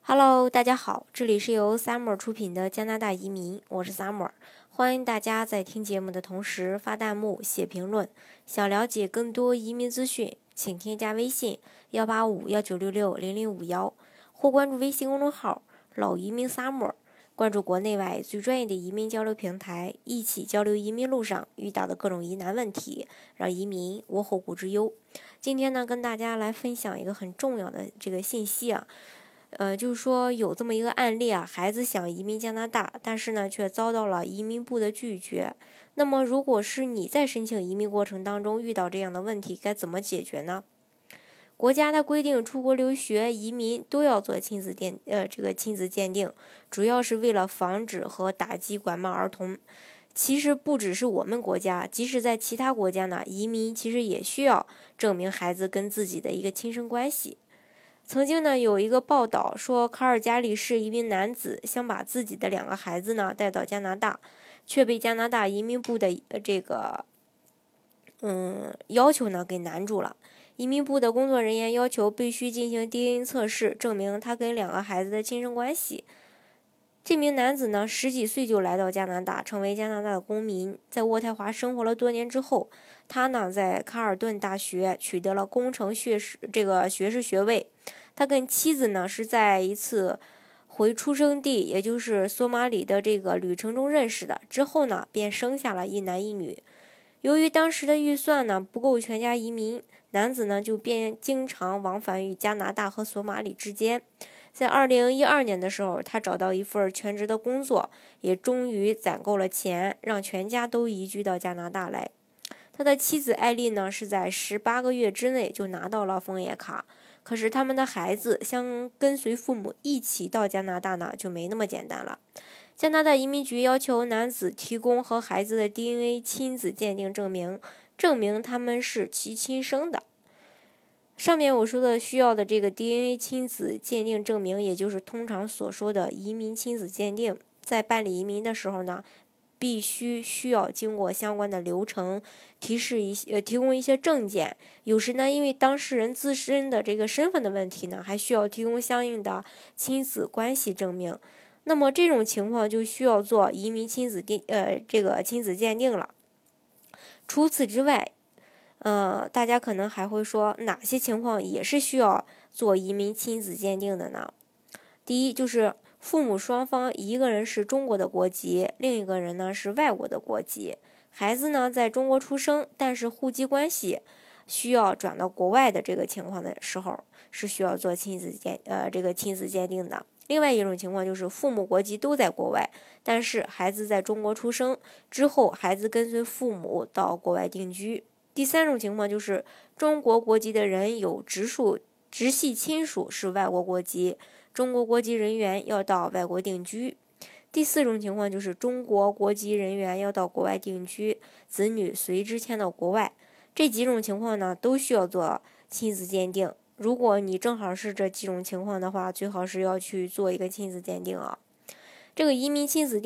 Hello，大家好，这里是由 Summer 出品的加拿大移民，我是 Summer，欢迎大家在听节目的同时发弹幕、写评论。想了解更多移民资讯，请添加微信18519660051，或关注微信公众号老移民 Summer， 关注国内外最专业的移民交流平台，一起交流移民路上遇到的各种疑难问题，让移民无后顾之忧。今天呢，跟大家来分享一个很重要的这个信息啊。就是说有这么一个案例啊，孩子想移民加拿大，但是呢却遭到了移民部的拒绝。那么如果是你在申请移民过程当中遇到这样的问题，该怎么解决呢？国家它规定出国留学、移民都要做亲子鉴定，主要是为了防止和打击拐卖儿童。其实不只是我们国家，即使在其他国家呢，移民其实也需要证明孩子跟自己的一个亲生关系。曾经呢，有一个报道说，卡尔加里市一名男子想把自己的2个孩子呢带到加拿大，却被加拿大移民部的要求呢给难住了。移民部的工作人员要求必须进行 DNA 测试，证明他跟2个孩子的亲生关系。这名男子呢10几岁就来到加拿大，成为加拿大的公民。在渥太华生活了多年之后，他呢在卡尔顿大学取得了工程学士学位。他跟妻子呢是在一次回出生地，也就是索马里的这个旅程中认识的。之后呢，便生下了一男一女。由于当时的预算呢不够全家移民，男子呢就便经常往返于加拿大和索马里之间。在2012年的时候，他找到一份全职的工作，也终于攒够了钱，让全家都移居到加拿大来。他的妻子艾丽呢是在18个月之内就拿到了枫叶卡。可是他们的孩子想跟随父母一起到加拿大呢，就没那么简单了。加拿大移民局要求男子提供和孩子的 DNA 亲子鉴定证明，证明他们是其亲生的。上面我说的需要的这个 DNA 亲子鉴定证明，也就是通常所说的移民亲子鉴定，在办理移民的时候呢，需要经过相关的流程，提供一些证件。有时呢，因为当事人自身的这个身份的问题呢，还需要提供相应的亲子关系证明。那么这种情况就需要做移民亲子鉴定了。除此之外，大家可能还会说，哪些情况也是需要做移民亲子鉴定的呢？第一就是父母双方一个人是中国的国籍，另一个人呢是外国的国籍。孩子呢在中国出生，但是户籍关系需要转到国外的这个情况的时候，是需要做亲子鉴定的。另外一种情况就是父母国籍都在国外，但是孩子在中国出生之后，孩子跟随父母到国外定居。第三种情况就是中国国籍的人有直系亲属是外国国籍，中国国籍人员要到外国定居。第四种情况就是中国国籍人员要到国外定居，子女随之迁到国外。这几种情况呢，都需要做亲子鉴定。如果你正好是这几种情况的话，最好是要去做一个亲子鉴定啊。这个移民亲子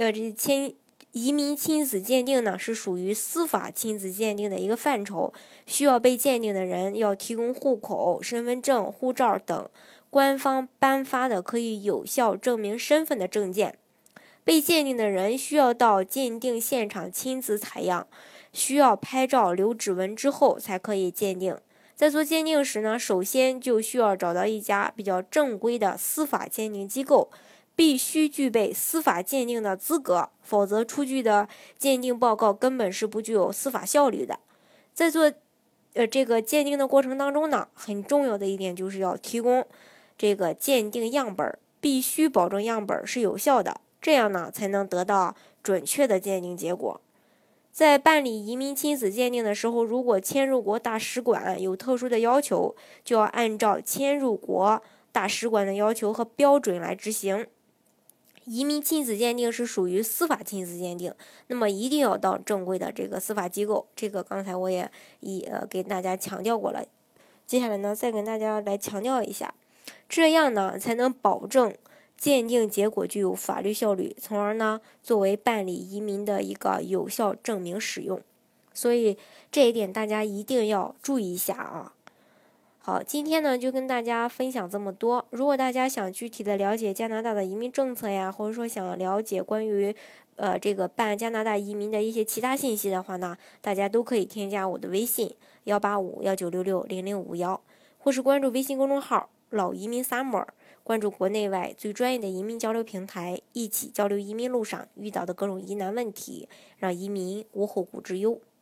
鉴定呢，是属于司法亲子鉴定的一个范畴，需要被鉴定的人要提供户口、身份证、护照等官方颁发的可以有效证明身份的证件。被鉴定的人需要到鉴定现场亲自采样，需要拍照留指纹之后才可以鉴定。在做鉴定时呢，首先就需要找到一家比较正规的司法鉴定机构，必须具备司法鉴定的资格，否则出具的鉴定报告根本是不具有司法效率的。在做这个鉴定的过程当中呢，很重要的一点就是要提供这个鉴定样本，必须保证样本是有效的，这样呢才能得到准确的鉴定结果。在办理移民亲子鉴定的时候，如果迁入国大使馆有特殊的要求，就要按照迁入国大使馆的要求和标准来执行。移民亲子鉴定是属于司法亲子鉴定，那么一定要到正规的这个司法机构，这个刚才我也给大家强调过了。接下来呢，再跟大家来强调一下，这样呢才能保证鉴定结果具有法律效率，从而呢作为办理移民的一个有效证明使用。所以这一点大家一定要注意一下啊。 好，今天呢就跟大家分享这么多。如果大家想具体的了解加拿大的移民政策呀，或者说想了解关于这个办加拿大移民的一些其他信息的话呢，大家都可以添加我的微信18519660051，或是关注微信公众号老移民 Summer， 关注国内外最专业的移民交流平台，一起交流移民路上遇到的各种疑难问题，让移民无后顾之忧。